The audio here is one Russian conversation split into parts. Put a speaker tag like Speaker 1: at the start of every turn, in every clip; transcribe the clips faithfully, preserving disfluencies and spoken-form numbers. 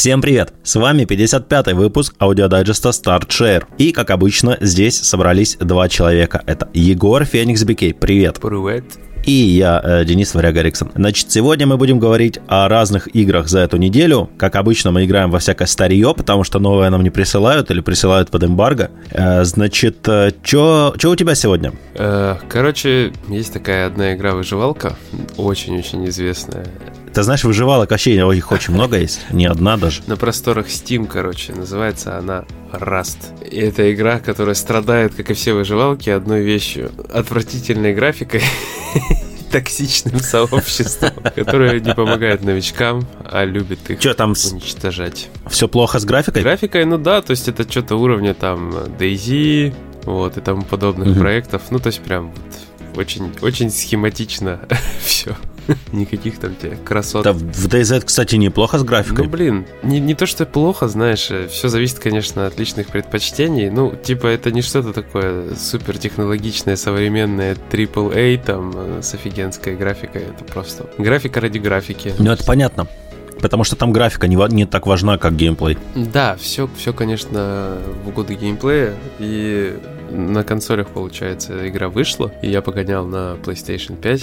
Speaker 1: Всем привет! С вами пятьдесят пятый выпуск аудиодайджеста StartShare. И, как обычно, здесь собрались два человека. Это Егор Феникс Бикей. Привет!
Speaker 2: Привет!
Speaker 1: И я, э, Денис Варяг Эриксон. Значит, сегодня мы будем говорить о разных играх за эту неделю. Как обычно, мы играем во всякое старье, потому что новое нам не присылают или присылают под эмбарго. Э, значит, э, что у тебя сегодня?
Speaker 2: Э, короче, есть такая одна игра-выживалка, очень-очень известная.
Speaker 1: Ты знаешь, выживалок вообще их очень много есть, не одна даже.
Speaker 2: На просторах Steam, короче, называется она Rust. И это игра, которая страдает, как и все выживалки, одной вещью: отвратительной графикой, токсичным сообществом, которое не помогает новичкам, а любит их
Speaker 1: Чё, там
Speaker 2: уничтожать.
Speaker 1: Все плохо с графикой?
Speaker 2: Графикой, ну да, то есть это что-то уровня там DayZ, вот, и тому подобных mm-hmm. проектов. Ну, то есть прям вот, очень, очень схематично все. Никаких там тебе красот.
Speaker 1: Да, в DayZ, кстати, неплохо с графикой.
Speaker 2: Ну, блин, не, не то, что плохо, знаешь, все зависит, конечно, от личных предпочтений. Ну, типа, это не что-то такое супертехнологичное, современное трипл эй там с офигенской графикой. Это просто графика ради графики.
Speaker 1: Ну, это понятно. Потому что там графика не, не так важна, как геймплей.
Speaker 2: Да, все, все, конечно, в угоду геймплея. И на консолях, получается, игра вышла. И я погонял на PlayStation пять.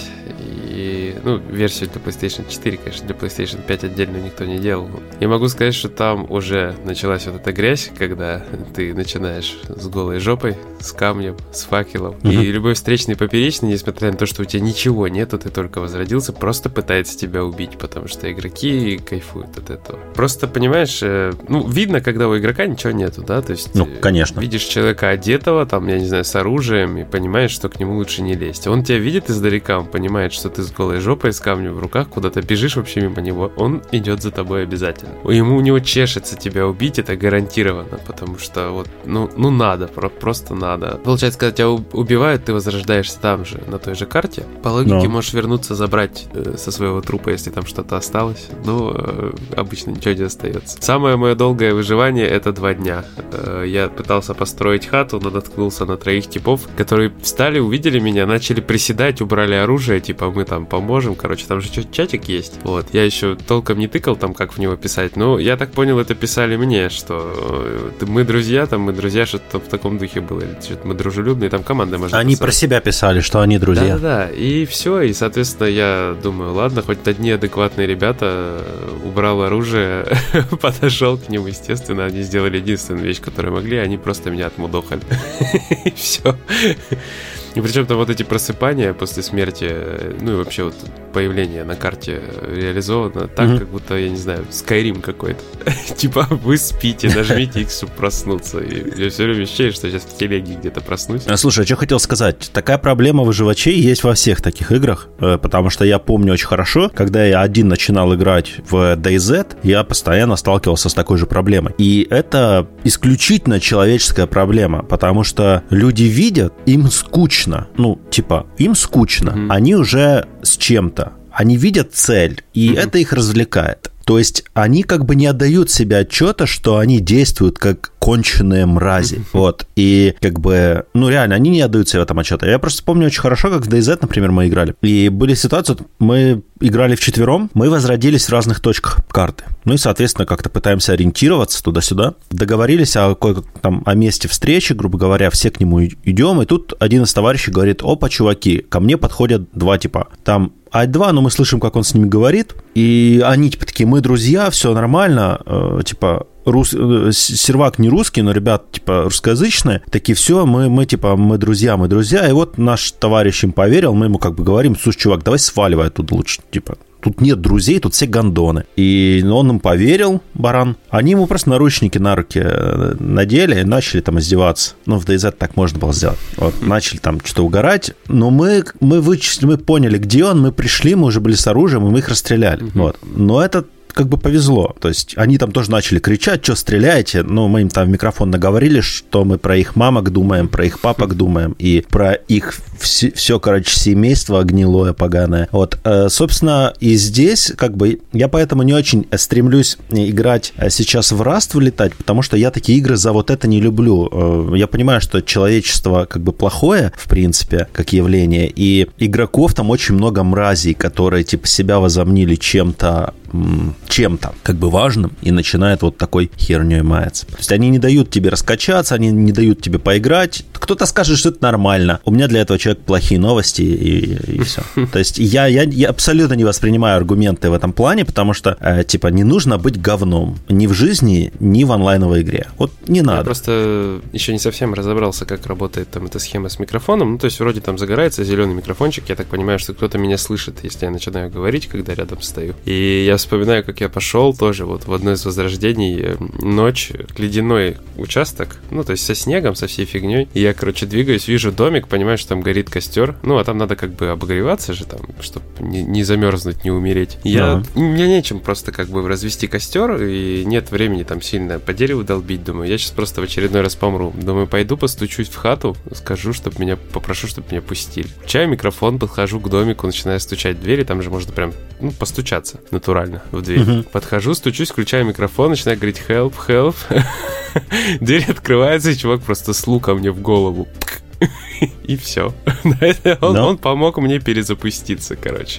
Speaker 2: И, ну, версию для PlayStation четыре, конечно, для PlayStation пять отдельно никто не делал. Я могу сказать, что там уже началась вот эта грязь, когда ты начинаешь с голой жопой, с камнем, с факелом. Uh-huh. И любой встречный поперечный, несмотря на то, что у тебя ничего нету, ты только возродился, просто пытается тебя убить, потому что игроки кайфуют от этого. Просто, понимаешь, ну, видно, когда у игрока ничего нету, да, то есть...
Speaker 1: Ну, конечно.
Speaker 2: Видишь человека одетого, там, я не знаю, с оружием, и понимаешь, что к нему лучше не лезть. Он тебя видит издалека, он понимает, что ты с голой жопой, с камнем в руках, куда-то бежишь вообще мимо него, он идет за тобой обязательно. Ему у него чешется тебя убить, это гарантированно, потому что вот, ну, ну надо, просто надо. Получается, когда тебя убивают, ты возрождаешься там же, на той же карте. По логике, no. можешь вернуться, забрать э, со своего трупа, если там что-то осталось, но э, обычно ничего не остается. Самое мое долгое выживание — это два дня. Э, я пытался построить хату, но наткнулся на троих типов, которые встали, увидели меня, начали приседать, убрали оружие, типа мы там поможем, короче, там же чатик есть. Вот, я еще толком не тыкал там, как в него писать, но я так понял, это писали мне, что мы друзья, там мы друзья, что-то в таком духе было, или что-то мы дружелюбные, там команда можно
Speaker 1: Они писать. Про себя писали, что они друзья.
Speaker 2: Да-да-да, и все, и, соответственно, я думаю, ладно, хоть одни адекватные ребята, убрал оружие, подошел к ним, естественно, они сделали единственную вещь, которую могли, они просто меня отмудохали. И все. И причем там вот эти просыпания после смерти, ну и вообще вот появление на карте реализовано так, mm-hmm. как будто, я не знаю, Skyrim какой-то. Типа вы спите, нажмите X, чтобы проснуться. И я все время ощущаю, что сейчас в телеге где-то проснусь.
Speaker 1: Слушай, а что хотел сказать? Такая проблема выживачей есть во всех таких играх, потому что я помню очень хорошо, когда я один начинал играть в DayZ, я постоянно сталкивался с такой же проблемой. И это исключительно человеческая проблема, потому что люди видят, им скучно. Ну, типа, им скучно, mm-hmm. они уже с чем-то, они видят цель, и mm-hmm. это их развлекает. То есть они как бы не отдают себе отчета, что они действуют как конченые мрази. Mm-hmm. Вот. И как бы, ну реально, они не отдают себе в этом отчета. Я просто помню очень хорошо, как в DayZ, например, мы играли. И были ситуации, мы играли вчетвером, мы возродились в разных точках карты. Ну и, соответственно, как-то пытаемся ориентироваться туда-сюда. Договорились о, там, о месте встречи, грубо говоря, все к нему идем. И тут один из товарищей говорит: опа, чуваки, ко мне подходят два типа. Там а два, но мы слышим, как он с ними говорит. И они типа такие: мы друзья, все нормально. Э, типа, рус... сервак не русский, но ребят типа русскоязычные. Такие: все, мы, мы типа, мы друзья, мы друзья. И вот наш товарищ им поверил, мы ему как бы говорим: слушай, чувак, давай сваливай оттуда лучше, типа. Тут нет друзей, тут все гондоны. И он им поверил, баран. Они ему просто наручники на руки надели и начали там издеваться. Ну, в DayZ так можно было сделать. Вот, начали там что-то угорать. Но мы, мы вычислили, мы поняли, где он, мы пришли, мы уже были с оружием, и мы их расстреляли. Вот. Но это как бы повезло. То есть они там тоже начали кричать: что стреляете? Ну, мы им там в микрофон наговорили, что мы про их мамок думаем, про их папок думаем и про их все, все короче, семейство гнилое, поганое. Вот, собственно, и здесь как бы я поэтому не очень стремлюсь играть сейчас в Rust, вылетать, потому что я такие игры за вот это не люблю. Я понимаю, что человечество как бы плохое, в принципе, как явление, и игроков там очень много мразей, которые типа себя возомнили чем-то м, чем-то как бы важным и начинает вот такой херней маяться. То есть они не дают тебе раскачаться, они не дают тебе поиграть. Кто-то скажет, что это нормально. У меня для этого человека плохие новости и, и все. То есть я, я, я абсолютно не воспринимаю аргументы в этом плане, потому что, э, типа, не нужно быть говном ни в жизни, ни в онлайновой игре. Вот не надо.
Speaker 2: Я просто еще не совсем разобрался, как работает там эта схема с микрофоном. Ну, то есть вроде там загорается зеленый микрофончик, я так понимаю, что кто-то меня слышит, если я начинаю говорить, когда рядом стою. И я вспоминаю, как я пошел тоже вот в одно из возрождений, ночь, ледяной участок, ну, то есть со снегом, со всей фигней. И я, короче, двигаюсь, вижу домик, понимаю, что там горит костер. Ну, а там надо как бы обогреваться же там, чтобы не, не замерзнуть, не умереть. Я,
Speaker 1: ага.
Speaker 2: Мне нечем просто как бы развести костер, и нет времени там сильно по дереву долбить. Думаю, я сейчас просто в очередной раз помру. Думаю, пойду постучусь в хату, скажу, чтобы меня, попрошу, чтобы меня пустили. Включаю микрофон, подхожу к домику, начинаю стучать в двери, там же можно прям, ну, постучаться натурально в дверь. Uh-huh. Подхожу, стучусь, включаю микрофон, начинаю говорить help, help. Дверь открывается, и чувак просто с луком мне в голову. И все. Он, он помог мне перезапуститься, короче.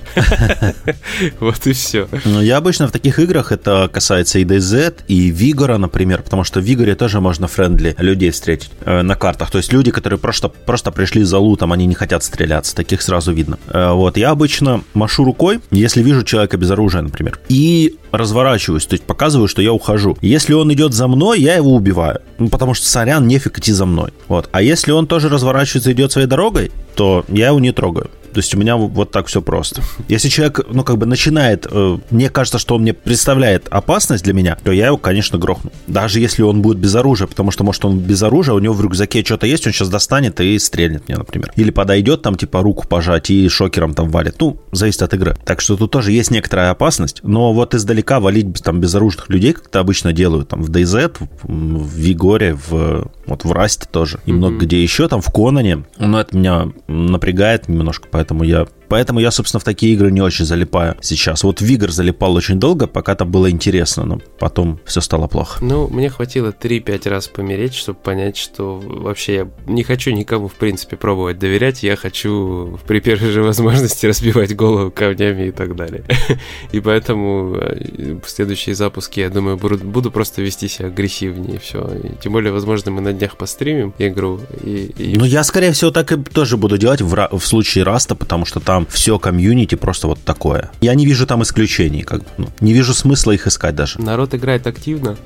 Speaker 2: Вот и все.
Speaker 1: Ну, я обычно в таких играх, это касается и ди зет, и Vigor, например, потому что в Vigor тоже можно френдли людей встретить э, на картах. То есть люди, которые просто, просто пришли за лутом, они не хотят стреляться, таких сразу видно. Э, вот, я обычно машу рукой, если вижу человека без оружия, например, и разворачиваюсь, то есть показываю, что я ухожу. Если он идет за мной, я его убиваю. Ну, потому что, сорян, нефиг идти за мной. Вот. А если он тоже разворачивается и идет своей дорогой, то я его не трогаю. То есть у меня вот так все просто. Если человек, ну, как бы начинает, э, мне кажется, что он мне представляет опасность для меня, то я его, конечно, грохну. Даже если он будет без оружия, потому что, может, он без оружия, у него в рюкзаке что-то есть, он сейчас достанет и стрельнет мне, например. Или подойдет там, типа, руку пожать и шокером там валит. Ну, зависит от игры. Так что тут тоже есть некоторая опасность, но вот издалека валить там безоружных людей, как это обычно делают, там, в ди зет, в Vigor, в, вот в Rust тоже, и mm-hmm. много где еще, там, в Конане. Но это меня напрягает немножко, поэтому я... Поэтому я, собственно, в такие игры не очень залипаю сейчас. Вот в Vigor залипал очень долго, пока там было интересно, но потом все стало плохо.
Speaker 2: Ну, мне хватило три-пять раз помереть, чтобы понять, что вообще я не хочу никому, в принципе, пробовать доверять. Я хочу при первой же возможности разбивать голову камнями и так далее. И поэтому в следующие запуски, я думаю, буду просто вести себя агрессивнее, все. И тем более, возможно, мы на днях постримим игру. И, и...
Speaker 1: Ну, я, скорее всего, так и тоже буду делать в, в случае Раста, потому что там все комьюнити просто вот такое. Я не вижу там исключений, как бы, ну, не вижу смысла их искать даже.
Speaker 2: Народ играет активно,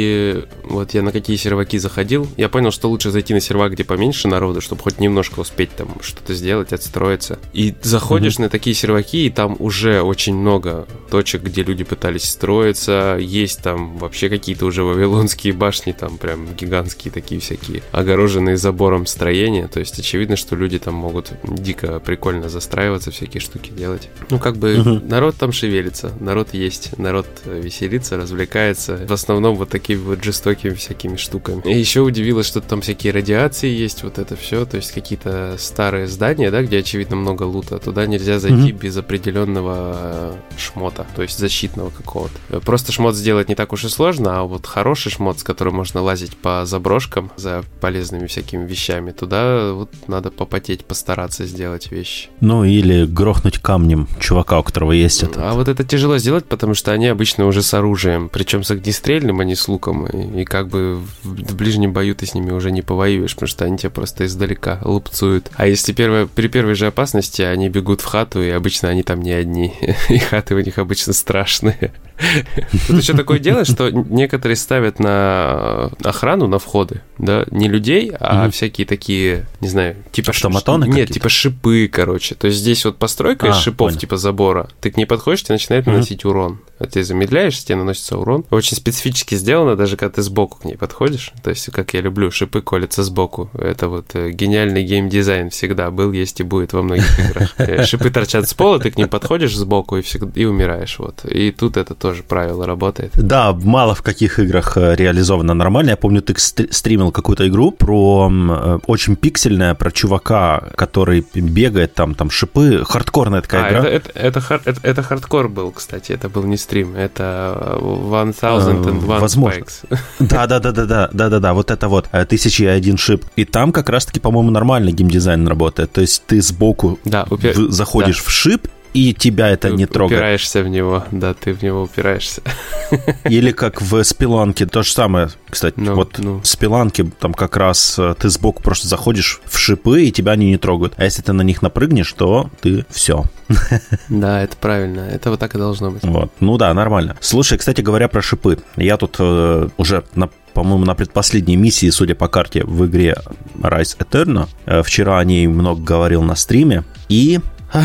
Speaker 2: и вот я на какие серваки заходил, я понял, что лучше зайти на сервак, где поменьше народу, чтобы хоть немножко успеть там что-то сделать, отстроиться. И заходишь mm-hmm. на такие серваки, и там уже очень много точек, где люди пытались строиться, есть там вообще какие-то уже вавилонские башни, там прям гигантские такие всякие, огороженные забором строения, то есть очевидно, что люди там могут дико прикольно застраиваться, всякие штуки делать. Ну, как бы uh-huh. народ там шевелится, народ есть, народ веселится, развлекается. В основном вот такими вот жестокими всякими штуками. И еще удивило, что там всякие радиации есть, вот это все, то есть какие-то старые здания, да, где, очевидно, много лута. Туда нельзя зайти uh-huh. без определенного шмота, то есть защитного какого-то. Просто шмот сделать не так уж и сложно, а вот хороший шмот, с которым можно лазить по заброшкам за полезными всякими вещами, туда вот надо попотеть, постараться сделать вещи.
Speaker 1: Ну, или грохнуть камнем чувака, у которого есть это.
Speaker 2: А вот это тяжело сделать, потому что они обычно уже с оружием, причем с огнестрельным, а не с луком, и, и как бы в, в ближнем бою ты с ними уже не повоюешь, потому что они тебя просто издалека лупцуют. А если первое, при первой же опасности они бегут в хату, и обычно они там не одни, и хаты у них обычно страшные. Тут еще такое дело, что некоторые ставят на охрану, на входы, да, не людей, а всякие такие, не знаю, типа...
Speaker 1: Автоматоны
Speaker 2: Нет, типа шипы, короче. То есть здесь вот постройка из шипов, типа забора. Ты к ней подходишь, тебе начинает наносить урон. А ты замедляешь, тебе наносится урон. Очень специфически сделано, даже когда ты сбоку к ней подходишь. То есть, как я люблю, шипы колятся сбоку. Это вот гениальный геймдизайн всегда был, есть и будет во многих играх. Шипы торчат с пола, ты к ним подходишь сбоку и, всегда, и умираешь. Вот. И тут это тоже правило работает.
Speaker 1: Да, мало в каких играх реализовано нормально. Я помню, ты стримил какую-то игру про очень пиксельная, про чувака, который бегает, там, там шипы. Хардкорная такая
Speaker 2: а,
Speaker 1: игра.
Speaker 2: Это, это, это, это, это хардкор был, кстати. Это был не стрим. Это one thousand and one Spikes.
Speaker 1: Да-да-да-да-да-да-да. Вот это вот. Тысяча и один шип. И там как раз-таки, по-моему, нормальный геймдизайн работает. То есть ты сбоку
Speaker 2: да, упер...
Speaker 1: заходишь
Speaker 2: да.
Speaker 1: в шип, и тебя это
Speaker 2: ты
Speaker 1: не трогает.
Speaker 2: Упираешься в него, да, ты в него упираешься.
Speaker 1: Или как в Спеланке, то же самое, кстати,
Speaker 2: ну,
Speaker 1: вот
Speaker 2: ну.
Speaker 1: в Спеланке там как раз ты сбоку просто заходишь в шипы, и тебя они не трогают. А если ты на них напрыгнешь, то ты все.
Speaker 2: Да, это правильно, это вот так и должно быть.
Speaker 1: Вот. Ну да, нормально. Слушай, кстати говоря про шипы, я тут э, уже на по-моему, на предпоследней миссии, судя по карте, в игре Rise Eterna. Вчера о ней много говорил на стриме. И...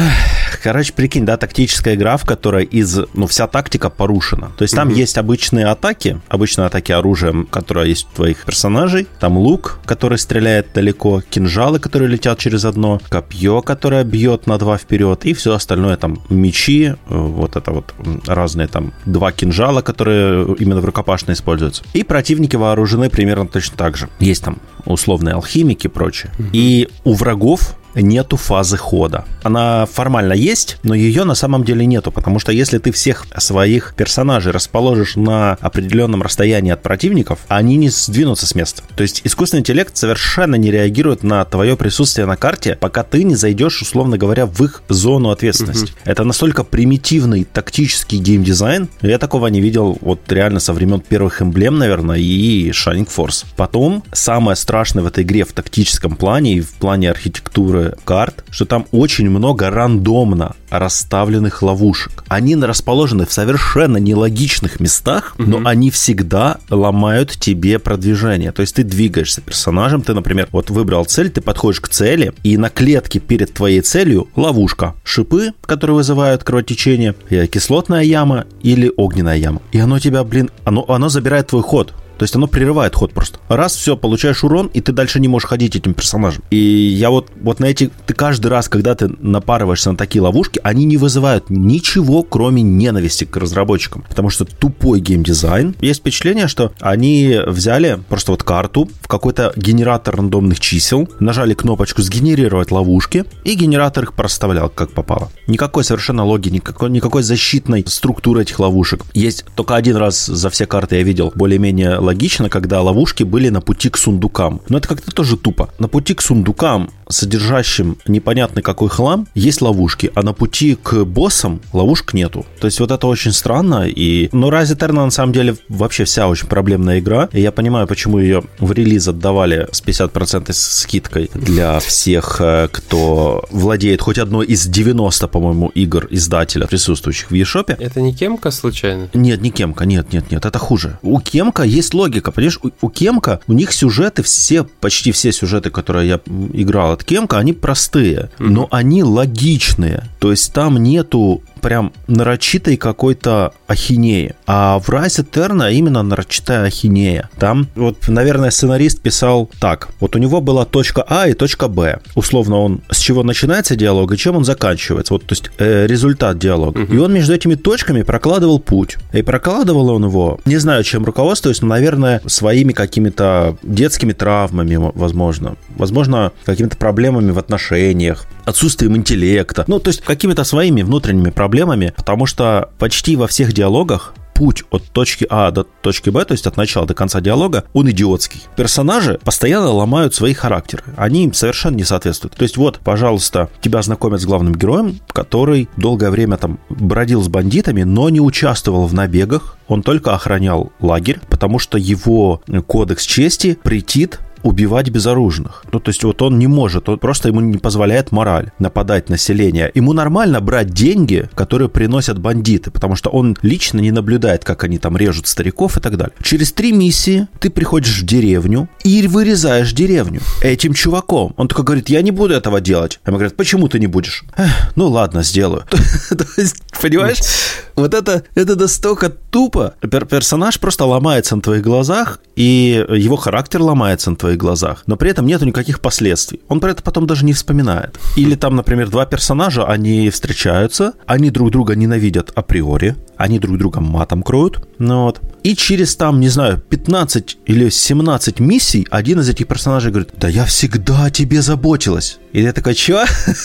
Speaker 1: Короче, прикинь, да, тактическая игра, в которой из, ну, вся тактика порушена. То есть там mm-hmm. есть обычные атаки, обычные атаки оружием, которое есть у твоих персонажей. Там лук, который стреляет далеко, кинжалы, которые летят через одно, копье, которое бьет на два вперед, и все остальное, там, мечи, вот это вот разные там два кинжала, которые именно в рукопашной используются. И противники вооружены примерно точно так же. Есть там условные алхимики и прочее. Mm-hmm. И у врагов нету фазы хода. Она формально есть, но ее на самом деле нету, потому что если ты всех своих персонажей расположишь на определенном расстоянии от противников, они не сдвинутся с места. То есть искусственный интеллект совершенно не реагирует на твое присутствие на карте, пока ты не зайдешь, условно говоря, в их зону ответственности. Mm-hmm. Это настолько примитивный тактический геймдизайн, я такого не видел вот реально со времен первых эмблем, наверное, и Shining Force. Потом, самое страшное в этой игре в тактическом плане и в плане архитектуры карт, что там очень много рандомно расставленных ловушек. Они расположены в совершенно нелогичных местах, mm-hmm. но они всегда ломают тебе продвижение. То есть ты двигаешься персонажем, ты, например, вот выбрал цель, ты подходишь к цели, и на клетке перед твоей целью ловушка. Шипы, которые вызывают кровотечение, кислотная яма или огненная яма. И оно тебя, блин, оно, оно забирает твой ход. То есть оно прерывает ход просто. Раз, все, получаешь урон, и ты дальше не можешь ходить этим персонажем. И я вот, вот на эти... Ты каждый раз, когда ты напарываешься на такие ловушки, они не вызывают ничего, кроме ненависти к разработчикам. Потому что тупой геймдизайн. Есть впечатление, что они взяли просто вот карту в какой-то генератор рандомных чисел, нажали кнопочку «Сгенерировать ловушки», и генератор их проставлял как попало. Никакой совершенно логики, никакой, никакой защитной структуры этих ловушек. Есть только один раз за все карты я видел более-менее логично, когда ловушки были на пути к сундукам. Но это как-то тоже тупо. На пути к сундукам, содержащим непонятный какой хлам, есть ловушки, а на пути к боссам ловушек нету. То есть вот это очень странно. И... Но Rise Eterna на самом деле вообще вся очень проблемная игра. И я понимаю, почему ее в релиз отдавали с пятьдесят процентов скидкой для всех, кто владеет хоть одной из девяноста, по-моему, игр издателя, присутствующих в eShop.
Speaker 2: Это не Кемка случайно?
Speaker 1: Нет, не Кемка, нет, нет, нет, это хуже. У Кемка есть логика, понимаешь, у, у Кемка, у них сюжеты, все, почти все сюжеты, которые я играл от Кемка, они простые, mm-hmm. но они логичные, то есть там нету прям нарочитой какой-то ахинеи. А в Rise Eterna именно нарочитая ахинея. Там, вот, наверное, сценарист писал так. Вот у него была точка А и точка Б. Условно, он с чего начинается диалог и чем он заканчивается. Вот, то есть, э, результат диалога. Uh-huh. И он между этими точками прокладывал путь. И прокладывал он его, не знаю, чем руководствуясь, но, наверное, своими какими-то детскими травмами, возможно. Возможно, какими-то проблемами в отношениях, отсутствием интеллекта. Ну, то есть, какими-то своими внутренними проблемами. проблемами, потому что почти во всех диалогах путь от точки А до точки Б, то есть от начала до конца диалога, он идиотский. Персонажи постоянно ломают свои характеры. Они им совершенно не соответствуют. То есть вот, пожалуйста, тебя знакомят с главным героем, который долгое время там бродил с бандитами, но не участвовал в набегах. Он только охранял лагерь, потому что его кодекс чести претит убивать безоружных. Ну, то есть вот он не может, он просто ему не позволяет мораль нападать на население. Ему нормально брать деньги, которые приносят бандиты, потому что он лично не наблюдает, как они там режут стариков и так далее. Через три миссии ты приходишь в деревню и вырезаешь деревню этим чуваком. Он только говорит, я не буду этого делать. А ему говорят, почему ты не будешь? Ну ладно, сделаю. То есть, понимаешь, вот это, это настолько тупо. Персонаж просто ломается на твоих глазах, и его характер ломается на твоих глазах, но при этом нету никаких последствий. Он про это потом даже не вспоминает. Или там, например, два персонажа, они встречаются, они друг друга ненавидят априори, они друг друга матом кроют, ну вот. И через там, не знаю, пятнадцать или семнадцать миссий один из этих персонажей говорит: да я всегда о тебе заботилась. И я такой: чё?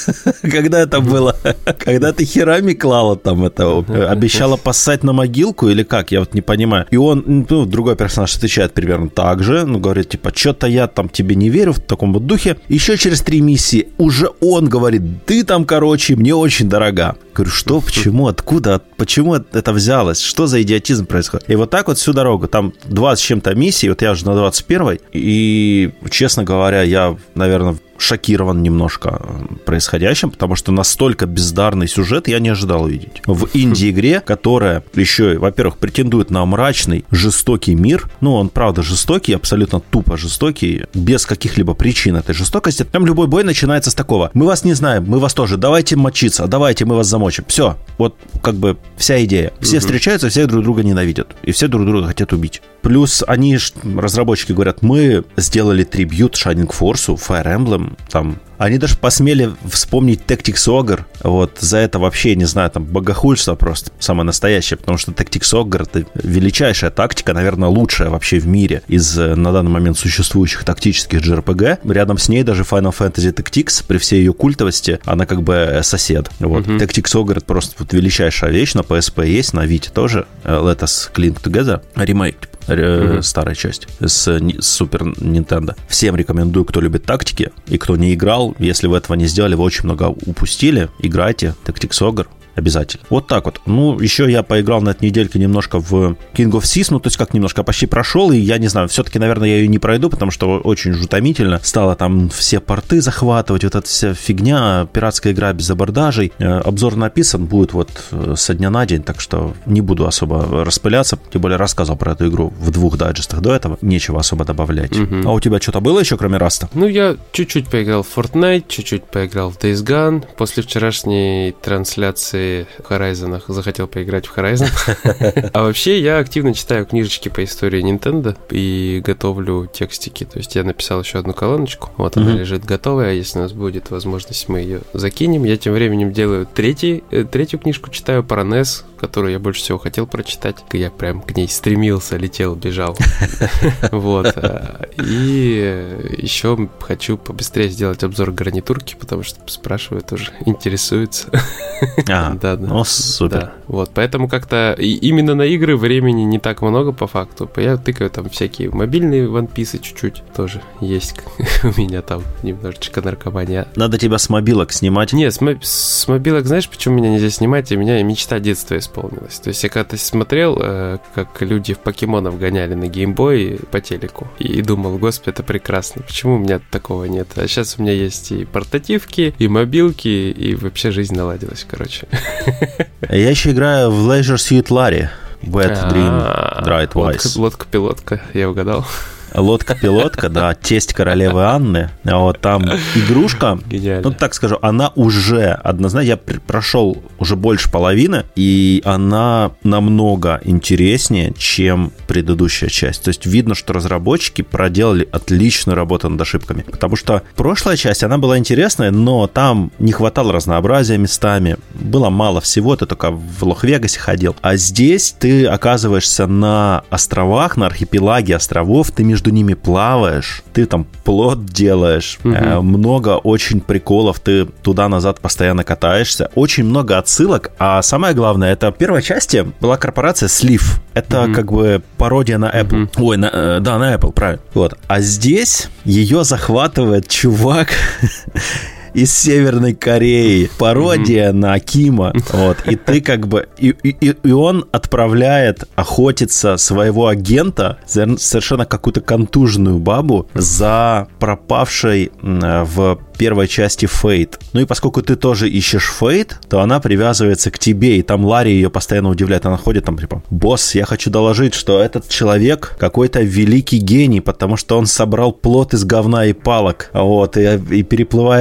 Speaker 1: Когда это было? Когда ты херами клала там это? Обещала поссать на могилку или как? Я вот не понимаю. И он, ну, другой персонаж отвечает примерно так же. Ну, говорит, типа, что-то я там тебе не верю, в таком вот духе. Еще через три миссии уже он говорит: ты там, короче, мне очень дорога. Говорю: что, почему, откуда, почему это взялось? Что за идиотизм происходит? И вот так вот всю дорогу. Там двадцать с чем-то миссий, вот я уже на двадцать первой. И, честно говоря, я, наверное, шокирован немножко происходящим, потому что настолько бездарный сюжет я не ожидал увидеть. В инди-игре, которая еще, во-первых, претендует на мрачный, жестокий мир, ну, он, правда, жестокий, абсолютно тупо жестокий, без каких-либо причин этой жестокости, там любой бой начинается с такого: мы вас не знаем, мы вас тоже, давайте мочиться, давайте мы вас замочим. Все, вот как бы вся идея. Все встречаются, все друг друга ненавидят, и все друг друга хотят убить. Плюс они, разработчики, говорят: мы сделали трибьют Shining Force, Fire Emblem, там. Они даже посмели вспомнить Tactics Ogre. Вот за это вообще, я не знаю, там богохульство просто самое настоящее, потому что Tactics Ogre — это величайшая тактика, наверное, лучшая вообще в мире из на данный момент существующих тактических джей ар пи джи. Рядом с ней даже Final Fantasy Tactics, при всей ее культовости, она как бы сосед. Вот. Uh-huh. Tactics Ogre — это просто вот величайшая вещь, на пи эс пи есть, на Vita тоже. Let Us Cling Together. Ремейк. Uh-huh. Старая часть с, с Super Nintendo. Всем рекомендую, кто любит тактики и кто не играл. Если вы этого не сделали, вы очень много упустили. Играйте. Tactics Ogre. Обязательно. Вот так вот. Ну, еще я поиграл на этой недельке немножко в King of Seas, ну, то есть как немножко, почти прошел, и я не знаю, все-таки, наверное, я ее не пройду, потому что очень уж утомительно. Стало там все порты захватывать, вот эта вся фигня, пиратская игра без абордажей. Обзор написан, будет вот со дня на день, так что не буду особо распыляться, тем более рассказывал про эту игру в двух дайджестах до этого, нечего особо добавлять. Угу. А у тебя что-то было еще, кроме Раста?
Speaker 2: Ну, я чуть-чуть поиграл в Fortnite, чуть-чуть поиграл в Days Gone. После вчерашней трансляции в Horizon захотел поиграть в Horizon. А вообще я активно читаю книжечки по истории Nintendo и готовлю текстики. То есть я написал еще одну колоночку. Вот она лежит готовая. А если у нас будет возможность, мы ее закинем. Я тем временем делаю третий, третью книжку, читаю про нес, которую я больше всего хотел прочитать. Я прям к ней стремился, летел, бежал. Вот. И еще хочу побыстрее сделать обзор гарнитурки, потому что спрашивают тоже, интересуются.
Speaker 1: А,
Speaker 2: да, да.
Speaker 1: О, супер.
Speaker 2: Да. Вот, поэтому как-то и именно на игры времени не так много по факту. Я тыкаю там всякие мобильные ванписы чуть-чуть тоже есть у меня там немножечко наркомания.
Speaker 1: Надо тебя с мобилок снимать.
Speaker 2: Нет, с, мо- с мобилок, знаешь, почему меня нельзя снимать? И у меня мечта детства исполнилась. То есть я когда-то смотрел, э, как люди в покемонов гоняли на геймбой по телеку, и думал: господи, это прекрасно. Почему у меня такого нет? А сейчас у меня есть и портативки, и мобилки, и вообще жизнь наладилась, короче.
Speaker 1: Я еще играю в Leisure Suit Larry. Wet Dream, Dried Wise.
Speaker 2: Лодка-пилотка, я угадал.
Speaker 1: Лодка-пилотка, да, тесть королевы Анны. Вот там игрушка,
Speaker 2: гениально.
Speaker 1: Ну, так скажу, она уже однозначно, я прошел уже больше половины, и она намного интереснее, чем предыдущая часть. То есть видно, что разработчики проделали отличную работу над ошибками. Потому что прошлая часть, она была интересная, но там не хватало разнообразия местами, было мало всего, ты только в Лох-Вегасе ходил. А здесь ты оказываешься на островах, на архипелаге островов, ты между между ними плаваешь, ты там плот делаешь, угу. э, много очень приколов, ты туда-назад постоянно катаешься, очень много отсылок, а самое главное, это в первой части была корпорация Слив, это угу. как бы пародия на Apple, угу. ой, на, э, да, на Apple, правильно, вот, а здесь ее захватывает чувак из Северной Кореи. Пародия mm-hmm. на Кима. Вот. И ты как бы... И, и, и он отправляет охотиться своего агента, совершенно какую-то контуженную бабу, за пропавшей в первой части Фейт. Ну и поскольку ты тоже ищешь Фейт, то она привязывается к тебе, и там Ларри ее постоянно удивляет. Она ходит там типа: босс, я хочу доложить, что этот человек какой-то великий гений, потому что он собрал плот из говна и палок. Вот. И, и переплывает...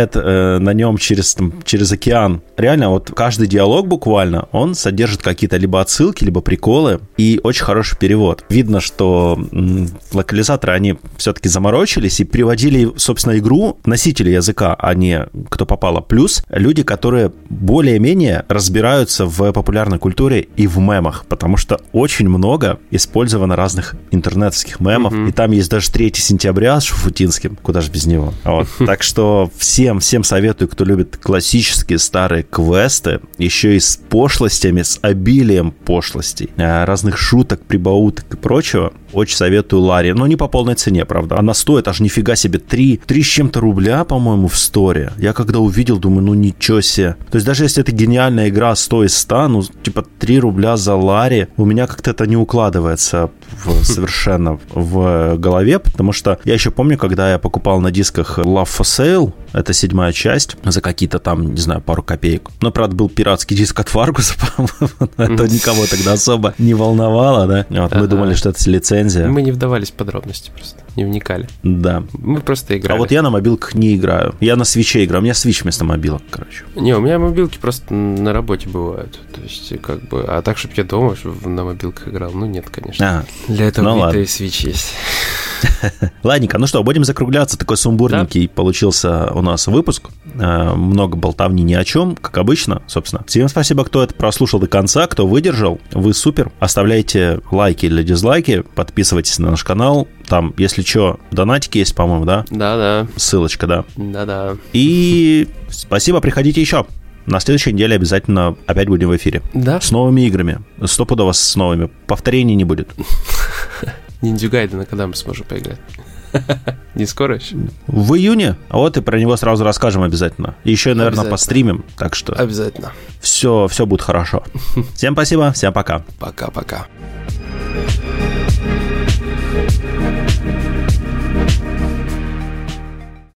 Speaker 1: э, на нем через, там, через океан. Реально, вот каждый диалог буквально, он содержит какие-то либо отсылки, либо приколы, и очень хороший перевод. Видно, что м, локализаторы, они все-таки заморочились и приводили, собственно, игру носители языка, а не кто попало. Плюс люди, которые более-менее разбираются в популярной культуре и в мемах, потому что очень много использовано разных интернетских мемов, mm-hmm. и там есть даже третьего сентября с Шуфутинским, куда же без него. Вот. Так что всем, всем советую, кто любит классические старые квесты, еще и с пошлостями, с обилием пошлостей, разных шуток, прибауток и прочего, очень советую Ларри. Но не по полной цене, правда. Она стоит аж нифига себе три, три с чем-то рубля, по-моему, в сторе. Я когда увидел, думаю, ну ничего себе. То есть даже если это гениальная игра сто из ста, ну типа три рубля за Ларри, у меня как-то это не укладывается в, совершенно в голове, потому что я еще помню, когда я покупал на дисках Love for Sale, это седьмая часть, за какие-то там, не знаю, пару копеек. Но, правда, был пиратский диск от Фаргуса, это никого тогда особо не волновало, да? Вот, мы думали, что это лицензия.
Speaker 2: Мы не вдавались в подробности просто, не вникали.
Speaker 1: Да.
Speaker 2: Мы просто играли.
Speaker 1: А вот я на мобилках не играю. Я на свитче играю. У меня свитч вместо мобилок, короче.
Speaker 2: Не, у меня мобилки просто на работе бывают. То есть, как бы... А так, чтобы я дома на мобилках играл, ну нет, конечно. А, Для этого ну, и свитч есть.
Speaker 1: Ладненько, ну что, будем закругляться. Такой сумбурненький да? получился у нас выпуск. Много болтовни ни о чем, как обычно, собственно. Всем спасибо, кто это прослушал до конца, кто выдержал. Вы супер. Оставляйте лайки или дизлайки, подписывайтесь на наш канал. Там, если что, донатики есть, по-моему, да?
Speaker 2: Да-да.
Speaker 1: Ссылочка, да.
Speaker 2: Да-да.
Speaker 1: И спасибо, приходите еще. На следующей неделе обязательно опять будем в эфире.
Speaker 2: Да.
Speaker 1: С новыми играми. Стопудово с новыми. Повторений не будет.
Speaker 2: Ниндзя Гайдена, когда мы сможем поиграть? Не скоро еще?
Speaker 1: В июне. А вот и про него сразу расскажем обязательно. И еще, наверное, постримим. Так что...
Speaker 2: Обязательно.
Speaker 1: Все, все будет хорошо. Всем спасибо, всем пока.
Speaker 2: Пока-пока.